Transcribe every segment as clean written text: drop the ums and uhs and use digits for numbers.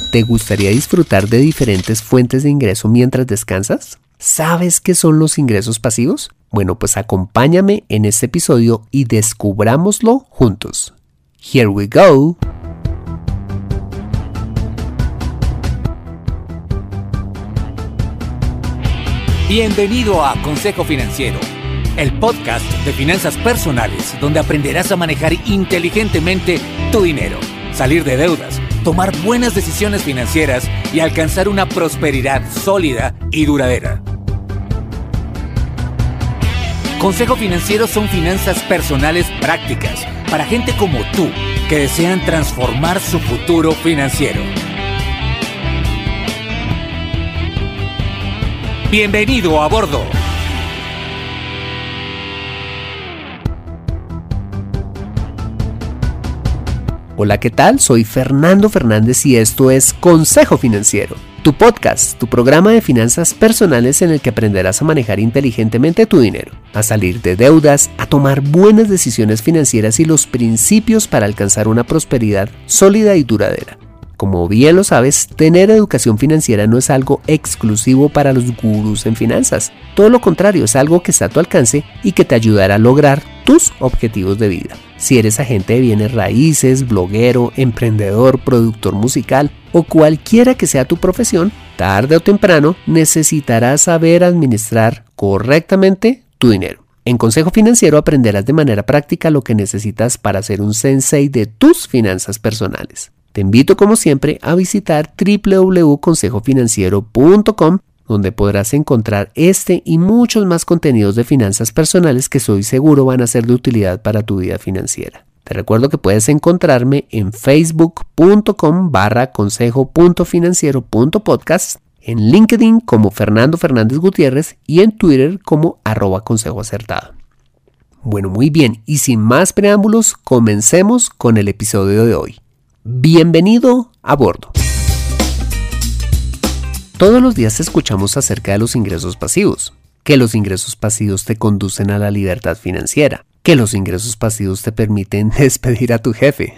¿Te gustaría disfrutar de diferentes fuentes de ingreso mientras descansas? ¿Sabes qué son los ingresos pasivos? Bueno, pues acompáñame en este episodio y descubrámoslo juntos. Here we go. Bienvenido a Consejo Financiero, el podcast de finanzas personales donde aprenderás a manejar inteligentemente tu dinero, salir de deudas, tomar buenas decisiones financieras y alcanzar una prosperidad sólida y duradera. Consejo Financiero son finanzas personales prácticas para gente como tú que desean transformar su futuro financiero. ¡Bienvenido a bordo! Hola, ¿qué tal? Soy Fernando Fernández y esto es Consejo Financiero, tu podcast, tu programa de finanzas personales en el que aprenderás a manejar inteligentemente tu dinero, a salir de deudas, a tomar buenas decisiones financieras y los principios para alcanzar una prosperidad sólida y duradera. Como bien lo sabes, tener educación financiera no es algo exclusivo para los gurús en finanzas. Todo lo contrario, es algo que está a tu alcance y que te ayudará a lograr tus objetivos de vida. Si eres agente de bienes raíces, bloguero, emprendedor, productor musical o cualquiera que sea tu profesión, tarde o temprano necesitarás saber administrar correctamente tu dinero. En Consejo Financiero aprenderás de manera práctica lo que necesitas para ser un sensei de tus finanzas personales. Te invito como siempre a visitar www.consejofinanciero.com, donde podrás encontrar este y muchos más contenidos de finanzas personales que estoy seguro van a ser de utilidad para tu vida financiera. Te recuerdo que puedes encontrarme en facebook.com/consejo.financiero.podcast, en LinkedIn como Fernando Fernández Gutiérrez y en Twitter como @consejoacertado. Bueno, muy bien, y sin más preámbulos, comencemos con el episodio de hoy. Bienvenido a bordo. Todos los días escuchamos acerca de los ingresos pasivos, que los ingresos pasivos te conducen a la libertad financiera, que los ingresos pasivos te permiten despedir a tu jefe,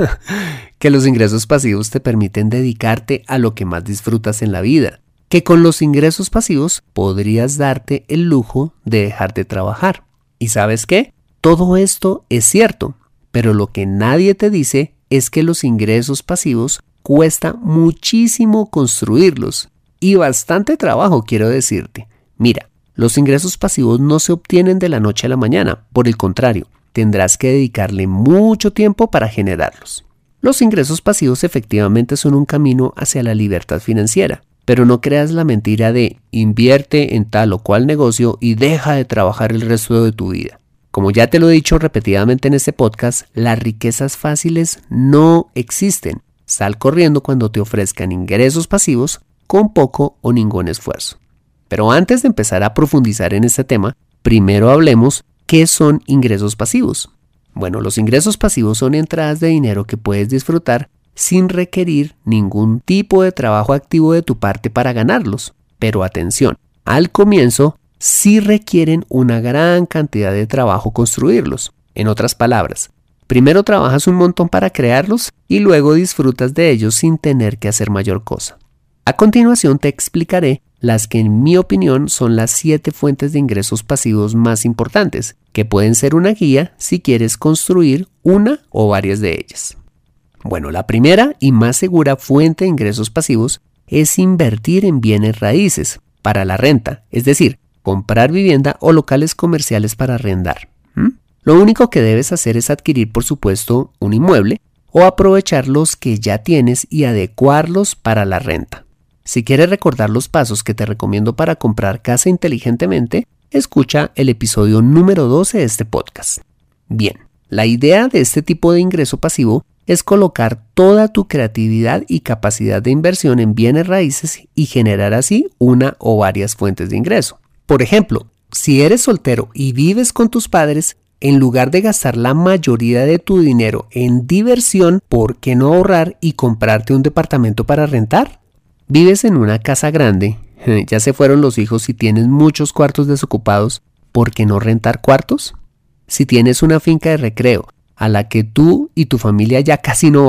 que los ingresos pasivos te permiten dedicarte a lo que más disfrutas en la vida, que con los ingresos pasivos podrías darte el lujo de dejar de trabajar. ¿Y sabes qué? Todo esto es cierto, pero lo que nadie te dice es que los ingresos pasivos cuesta muchísimo construirlos y bastante trabajo, quiero decirte. Mira, los ingresos pasivos no se obtienen de la noche a la mañana, por el contrario, tendrás que dedicarle mucho tiempo para generarlos. Los ingresos pasivos efectivamente son un camino hacia la libertad financiera, pero no creas la mentira de invierte en tal o cual negocio y deja de trabajar el resto de tu vida. Como ya te lo he dicho repetidamente en este podcast, las riquezas fáciles no existen. Sal corriendo cuando te ofrezcan ingresos pasivos con poco o ningún esfuerzo. Pero antes de empezar a profundizar en este tema, primero hablemos qué son ingresos pasivos. Bueno, los ingresos pasivos son entradas de dinero que puedes disfrutar sin requerir ningún tipo de trabajo activo de tu parte para ganarlos. Pero atención, al comienzo sí requieren una gran cantidad de trabajo construirlos. En otras palabras, primero trabajas un montón para crearlos y luego disfrutas de ellos sin tener que hacer mayor cosa. A continuación te explicaré las que en mi opinión son las 7 fuentes de ingresos pasivos más importantes, que pueden ser una guía si quieres construir una o varias de ellas. Bueno, la primera y más segura fuente de ingresos pasivos es invertir en bienes raíces para la renta, es decir, comprar vivienda o locales comerciales para arrendar. Lo único que debes hacer es adquirir, por supuesto, un inmueble o aprovechar los que ya tienes y adecuarlos para la renta. Si quieres recordar los pasos que te recomiendo para comprar casa inteligentemente, escucha el episodio número 12 de este podcast. Bien, la idea de este tipo de ingreso pasivo es colocar toda tu creatividad y capacidad de inversión en bienes raíces y generar así una o varias fuentes de ingreso. Por ejemplo, si eres soltero y vives con tus padres, en lugar de gastar la mayoría de tu dinero en diversión, ¿por qué no ahorrar y comprarte un departamento para rentar? ¿Vives en una casa grande? Ya se fueron los hijos y tienes muchos cuartos desocupados, ¿por qué no rentar cuartos? Si tienes una finca de recreo a la que tú y tu familia ya casi no van,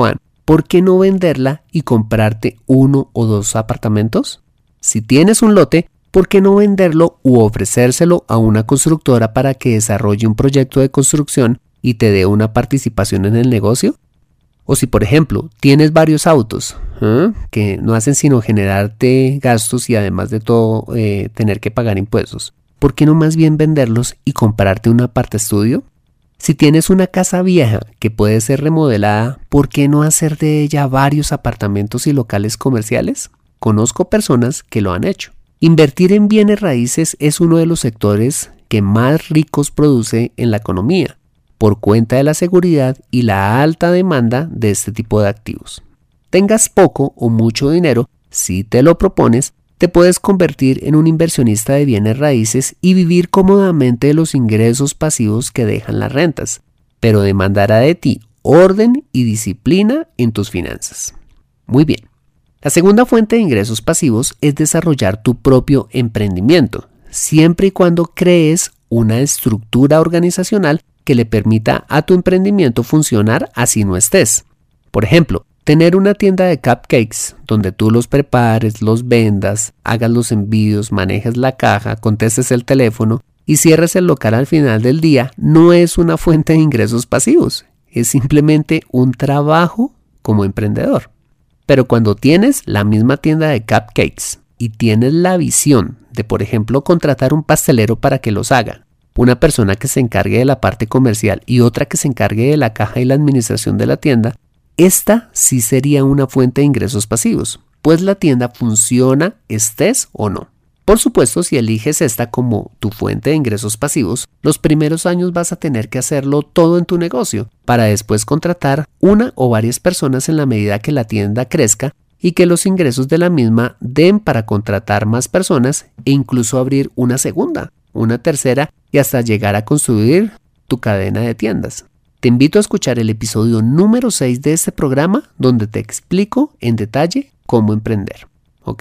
¿por qué no venderla y comprarte 1 o 2 apartamentos? Si tienes un lote, ¿por qué no venderlo u ofrecérselo a una constructora para que desarrolle un proyecto de construcción y te dé una participación en el negocio? O si, por ejemplo, tienes varios autos que no hacen sino generarte gastos y además de todo tener que pagar impuestos, ¿por qué no más bien venderlos y comprarte un apartaestudio? Si tienes una casa vieja que puede ser remodelada, ¿por qué no hacer de ella varios apartamentos y locales comerciales? Conozco personas que lo han hecho. Invertir en bienes raíces es uno de los sectores que más ricos produce en la economía, por cuenta de la seguridad y la alta demanda de este tipo de activos. Tengas poco o mucho dinero, si te lo propones, te puedes convertir en un inversionista de bienes raíces y vivir cómodamente de los ingresos pasivos que dejan las rentas, pero demandará de ti orden y disciplina en tus finanzas. Muy bien. La segunda fuente de ingresos pasivos es desarrollar tu propio emprendimiento, siempre y cuando crees una estructura organizacional que le permita a tu emprendimiento funcionar así no estés. Por ejemplo, tener una tienda de cupcakes donde tú los prepares, los vendas, hagas los envíos, manejes la caja, contestes el teléfono y cierres el local al final del día no es una fuente de ingresos pasivos, es simplemente un trabajo como emprendedor. Pero cuando tienes la misma tienda de cupcakes y tienes la visión de, por ejemplo, contratar un pastelero para que los haga, una persona que se encargue de la parte comercial y otra que se encargue de la caja y la administración de la tienda, esta sí sería una fuente de ingresos pasivos, pues la tienda funciona estés o no. Por supuesto, si eliges esta como tu fuente de ingresos pasivos, los primeros años vas a tener que hacerlo todo en tu negocio, para después contratar una o varias personas en la medida que la tienda crezca y que los ingresos de la misma den para contratar más personas e incluso abrir una segunda, una tercera y hasta llegar a construir tu cadena de tiendas. Te invito a escuchar el episodio número 6 de este programa donde te explico en detalle cómo emprender. ¿Ok?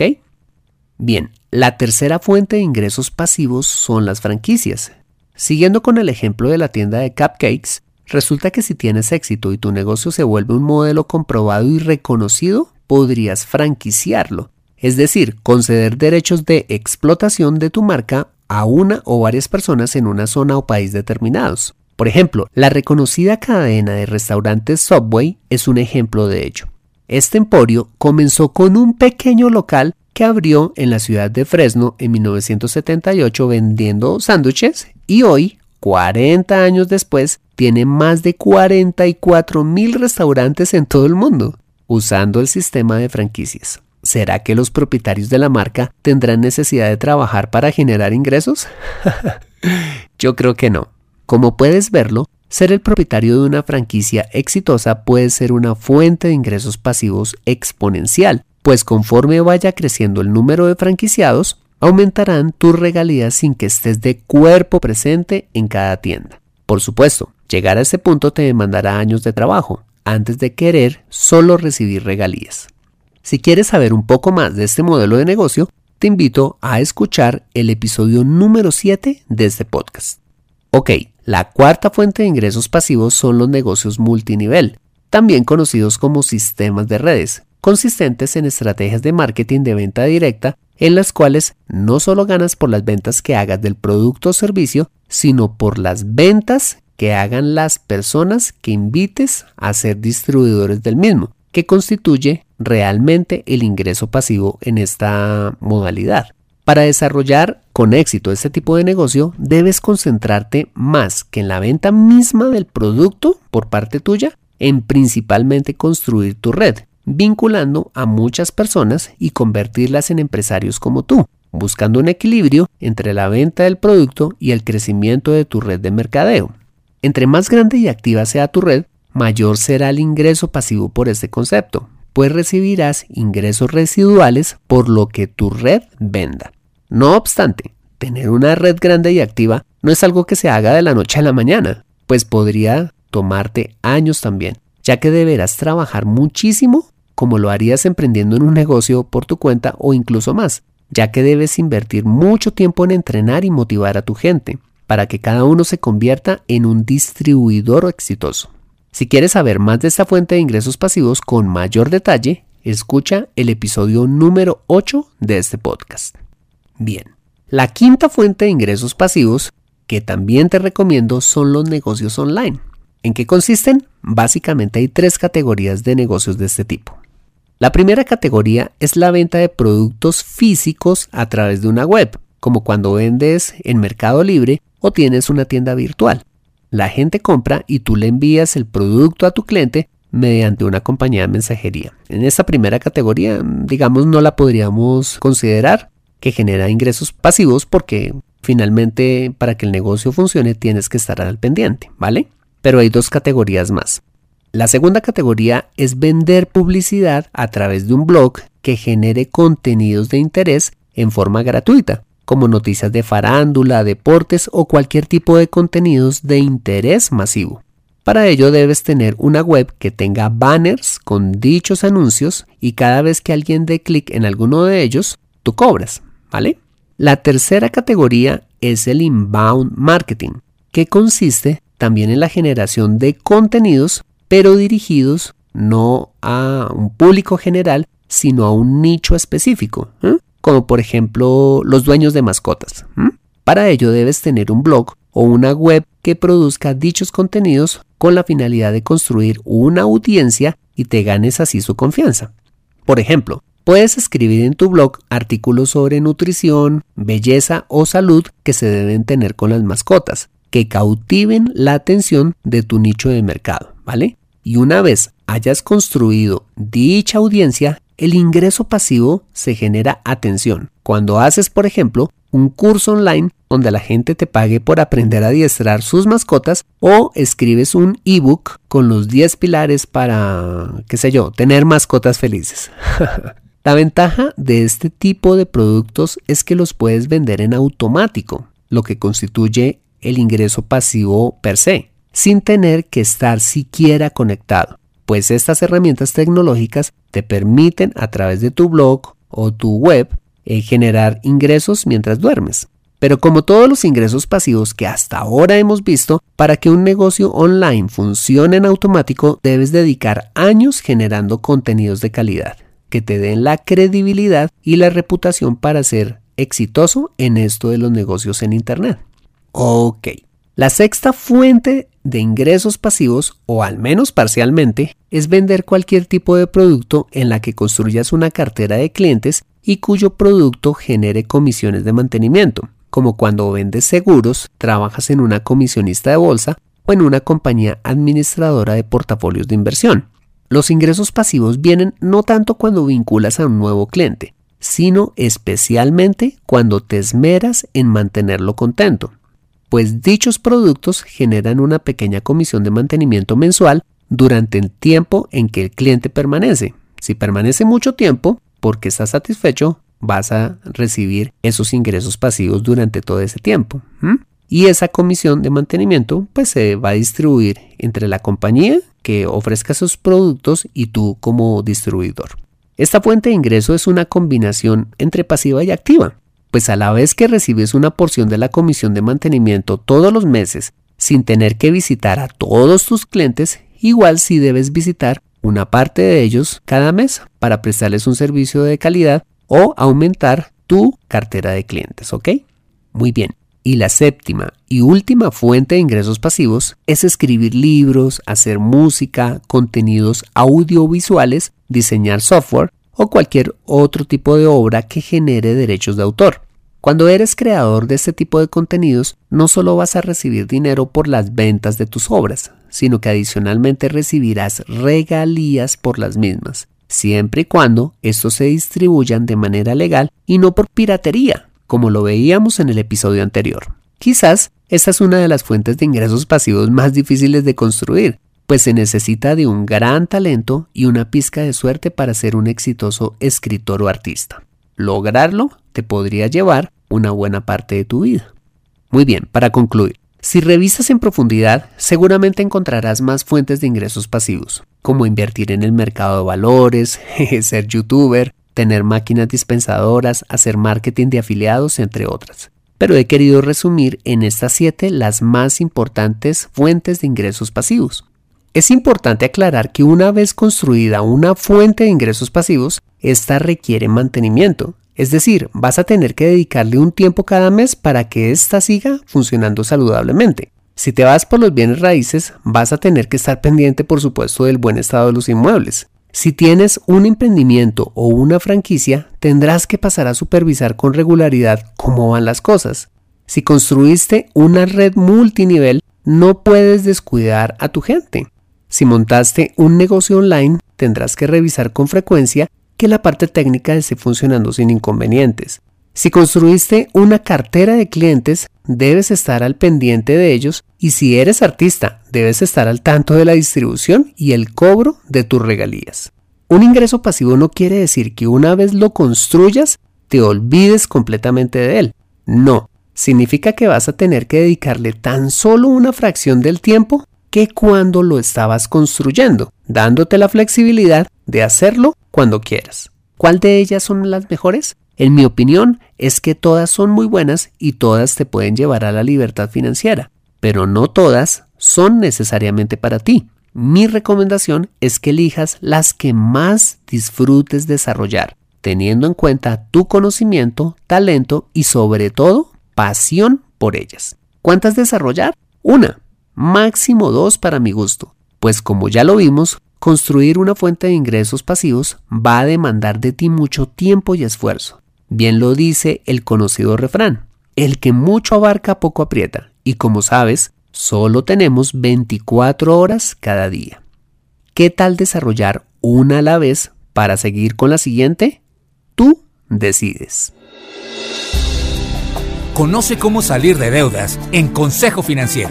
Bien, la tercera fuente de ingresos pasivos son las franquicias. Siguiendo con el ejemplo de la tienda de cupcakes, resulta que si tienes éxito y tu negocio se vuelve un modelo comprobado y reconocido, podrías franquiciarlo, es decir, conceder derechos de explotación de tu marca a una o varias personas en una zona o país determinados. Por ejemplo, la reconocida cadena de restaurantes Subway es un ejemplo de ello. Este emporio comenzó con un pequeño local que abrió en la ciudad de Fresno en 1978 vendiendo sándwiches y hoy, 40 años después, tiene más de 44,000 restaurantes en todo el mundo, usando el sistema de franquicias. ¿Será que los propietarios de la marca tendrán necesidad de trabajar para generar ingresos? Yo creo que no. Como puedes verlo, ser el propietario de una franquicia exitosa puede ser una fuente de ingresos pasivos exponencial, pues conforme vaya creciendo el número de franquiciados, aumentarán tus regalías sin que estés de cuerpo presente en cada tienda. Por supuesto, llegar a ese punto te demandará años de trabajo, antes de querer solo recibir regalías. Si quieres saber un poco más de este modelo de negocio, te invito a escuchar el episodio número 7 de este podcast. Ok, la cuarta fuente de ingresos pasivos son los negocios multinivel, también conocidos como sistemas de redes, consistentes en estrategias de marketing de venta directa en las cuales no solo ganas por las ventas que hagas del producto o servicio, sino por las ventas que hagan las personas que invites a ser distribuidores del mismo, que constituye realmente el ingreso pasivo en esta modalidad. Para desarrollar con éxito este tipo de negocio, debes concentrarte más que en la venta misma del producto por parte tuya, en principalmente construir tu red, vinculando a muchas personas y convertirlas en empresarios como tú, buscando un equilibrio entre la venta del producto y el crecimiento de tu red de mercadeo. Entre más grande y activa sea tu red, mayor será el ingreso pasivo por este concepto, pues recibirás ingresos residuales por lo que tu red venda. No obstante, tener una red grande y activa no es algo que se haga de la noche a la mañana, pues podría tomarte años también, ya que deberás trabajar muchísimo como lo harías emprendiendo en un negocio por tu cuenta o incluso más, ya que debes invertir mucho tiempo en entrenar y motivar a tu gente para que cada uno se convierta en un distribuidor exitoso. Si quieres saber más de esta fuente de ingresos pasivos con mayor detalle, escucha el episodio número 8 de este podcast. Bien, la quinta fuente de ingresos pasivos que también te recomiendo son los negocios online. ¿En qué consisten? Básicamente hay 3 categorías de negocios de este tipo. La primera categoría es la venta de productos físicos a través de una web, como cuando vendes en Mercado Libre o tienes una tienda virtual. La gente compra y tú le envías el producto a tu cliente mediante una compañía de mensajería. En esta primera categoría, digamos, no la podríamos considerar que genera ingresos pasivos porque finalmente para que el negocio funcione tienes que estar al pendiente, ¿vale? Pero hay 2 categorías más. La segunda categoría es vender publicidad a través de un blog que genere contenidos de interés en forma gratuita, como noticias de farándula, deportes o cualquier tipo de contenidos de interés masivo. Para ello debes tener una web que tenga banners con dichos anuncios y cada vez que alguien dé clic en alguno de ellos, tú cobras, ¿vale? La tercera categoría es el inbound marketing, que consiste también en la generación de contenidos, pero dirigidos no a un público general, sino a un nicho específico, como por ejemplo los dueños de mascotas. Para ello debes tener un blog o una web que produzca dichos contenidos con la finalidad de construir una audiencia y te ganes así su confianza. Por ejemplo, puedes escribir en tu blog artículos sobre nutrición, belleza o salud que se deben tener con las mascotas, que cautiven la atención de tu nicho de mercado, ¿vale? Y una vez hayas construido dicha audiencia, el ingreso pasivo se genera atención. Cuando haces, por ejemplo, un curso online donde la gente te pague por aprender a adiestrar sus mascotas o escribes un ebook con los 10 pilares para, tener mascotas felices. La ventaja de este tipo de productos es que los puedes vender en automático, lo que constituye el ingreso pasivo per se, sin tener que estar siquiera conectado, pues estas herramientas tecnológicas te permiten a través de tu blog o tu web generar ingresos mientras duermes. Pero como todos los ingresos pasivos que hasta ahora hemos visto, para que un negocio online funcione en automático debes dedicar años generando contenidos de calidad que te den la credibilidad y la reputación para ser exitoso en esto de los negocios en Internet. Ok, la sexta fuente de ingresos pasivos, o al menos parcialmente, es vender cualquier tipo de producto en la que construyas una cartera de clientes y cuyo producto genere comisiones de mantenimiento, como cuando vendes seguros, trabajas en una comisionista de bolsa o en una compañía administradora de portafolios de inversión. Los ingresos pasivos vienen no tanto cuando vinculas a un nuevo cliente, sino especialmente cuando te esmeras en mantenerlo contento, pues dichos productos generan una pequeña comisión de mantenimiento mensual durante el tiempo en que el cliente permanece. Si permanece mucho tiempo, porque está satisfecho, vas a recibir esos ingresos pasivos durante todo ese tiempo. Y esa comisión de mantenimiento pues se va a distribuir entre la compañía que ofrezca sus productos y tú como distribuidor. Esta fuente de ingreso es una combinación entre pasiva y activa, pues a la vez que recibes una porción de la comisión de mantenimiento todos los meses sin tener que visitar a todos tus clientes, igual sí debes visitar una parte de ellos cada mes para prestarles un servicio de calidad o aumentar tu cartera de clientes, ¿ok? Muy bien. Y la séptima y última fuente de ingresos pasivos es escribir libros, hacer música, contenidos audiovisuales, diseñar software o cualquier otro tipo de obra que genere derechos de autor. Cuando eres creador de este tipo de contenidos, no solo vas a recibir dinero por las ventas de tus obras, sino que adicionalmente recibirás regalías por las mismas, siempre y cuando estos se distribuyan de manera legal y no por piratería, como lo veíamos en el episodio anterior. Quizás esta es una de las fuentes de ingresos pasivos más difíciles de construir, pues se necesita de un gran talento y una pizca de suerte para ser un exitoso escritor o artista. Lograrlo te podría llevar una buena parte de tu vida. Muy bien, para concluir, si revisas en profundidad, seguramente encontrarás más fuentes de ingresos pasivos, como invertir en el mercado de valores, ser youtuber, tener máquinas dispensadoras, hacer marketing de afiliados, entre otras. Pero he querido resumir en estas 7 las más importantes fuentes de ingresos pasivos. Es importante aclarar que una vez construida una fuente de ingresos pasivos, esta requiere mantenimiento. Es decir, vas a tener que dedicarle un tiempo cada mes para que ésta siga funcionando saludablemente. Si te vas por los bienes raíces, vas a tener que estar pendiente, por supuesto, del buen estado de los inmuebles. Si tienes un emprendimiento o una franquicia, tendrás que pasar a supervisar con regularidad cómo van las cosas. Si construiste una red multinivel, no puedes descuidar a tu gente. Si montaste un negocio online, tendrás que revisar con frecuencia que la parte técnica esté funcionando sin inconvenientes. Si construiste una cartera de clientes, debes estar al pendiente de ellos, y si eres artista, debes estar al tanto de la distribución y el cobro de tus regalías. Un ingreso pasivo no quiere decir que una vez lo construyas, te olvides completamente de él. No, significa que vas a tener que dedicarle tan solo una fracción del tiempo que cuando lo estabas construyendo, dándote la flexibilidad de hacerlo cuando quieras. ¿Cuál de ellas son las mejores? En mi opinión, es que todas son muy buenas y todas te pueden llevar a la libertad financiera, pero no todas son necesariamente para ti. Mi recomendación es que elijas las que más disfrutes desarrollar, teniendo en cuenta tu conocimiento, talento y sobre todo, pasión por ellas. ¿Cuántas desarrollar? 1, máximo 2 para mi gusto, pues como ya lo vimos, construir una fuente de ingresos pasivos va a demandar de ti mucho tiempo y esfuerzo. Bien lo dice el conocido refrán, el que mucho abarca poco aprieta, y como sabes, solo tenemos 24 horas cada día. ¿Qué tal desarrollar una a la vez para seguir con la siguiente? Tú decides. Conoce cómo salir de deudas en Consejo Financiero.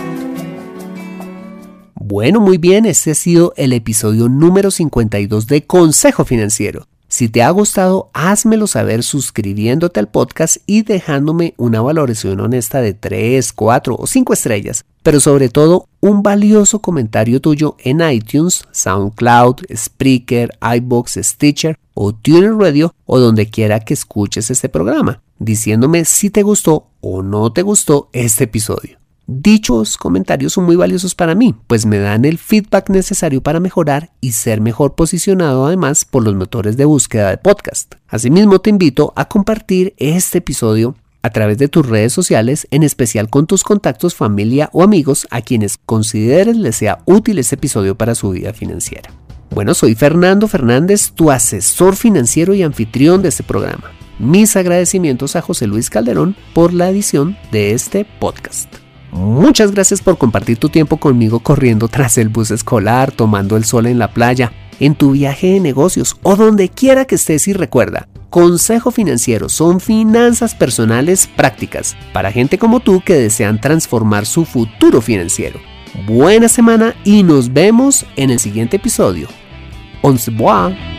Bueno, muy bien, este ha sido el episodio número 52 de Consejo Financiero. Si te ha gustado, házmelo saber suscribiéndote al podcast y dejándome una valoración honesta de 3, 4 o 5 estrellas, pero sobre todo un valioso comentario tuyo en iTunes, SoundCloud, Spreaker, iVoox, Stitcher o TuneIn Radio o donde quiera que escuches este programa, diciéndome si te gustó o no te gustó este episodio. Dichos comentarios son muy valiosos para mí, pues me dan el feedback necesario para mejorar y ser mejor posicionado además por los motores de búsqueda de podcast. Asimismo, te invito a compartir este episodio a través de tus redes sociales, en especial con tus contactos, familia o amigos a quienes consideres les sea útil este episodio para su vida financiera. Bueno, soy Fernando Fernández, tu asesor financiero y anfitrión de este programa. Mis agradecimientos a José Luis Calderón por la edición de este podcast. Muchas gracias por compartir tu tiempo conmigo corriendo tras el bus escolar, tomando el sol en la playa, en tu viaje de negocios o donde quiera que estés. Y recuerda, Consejo Financiero son finanzas personales prácticas para gente como tú que desean transformar su futuro financiero. Buena semana y nos vemos en el siguiente episodio. Au revoir.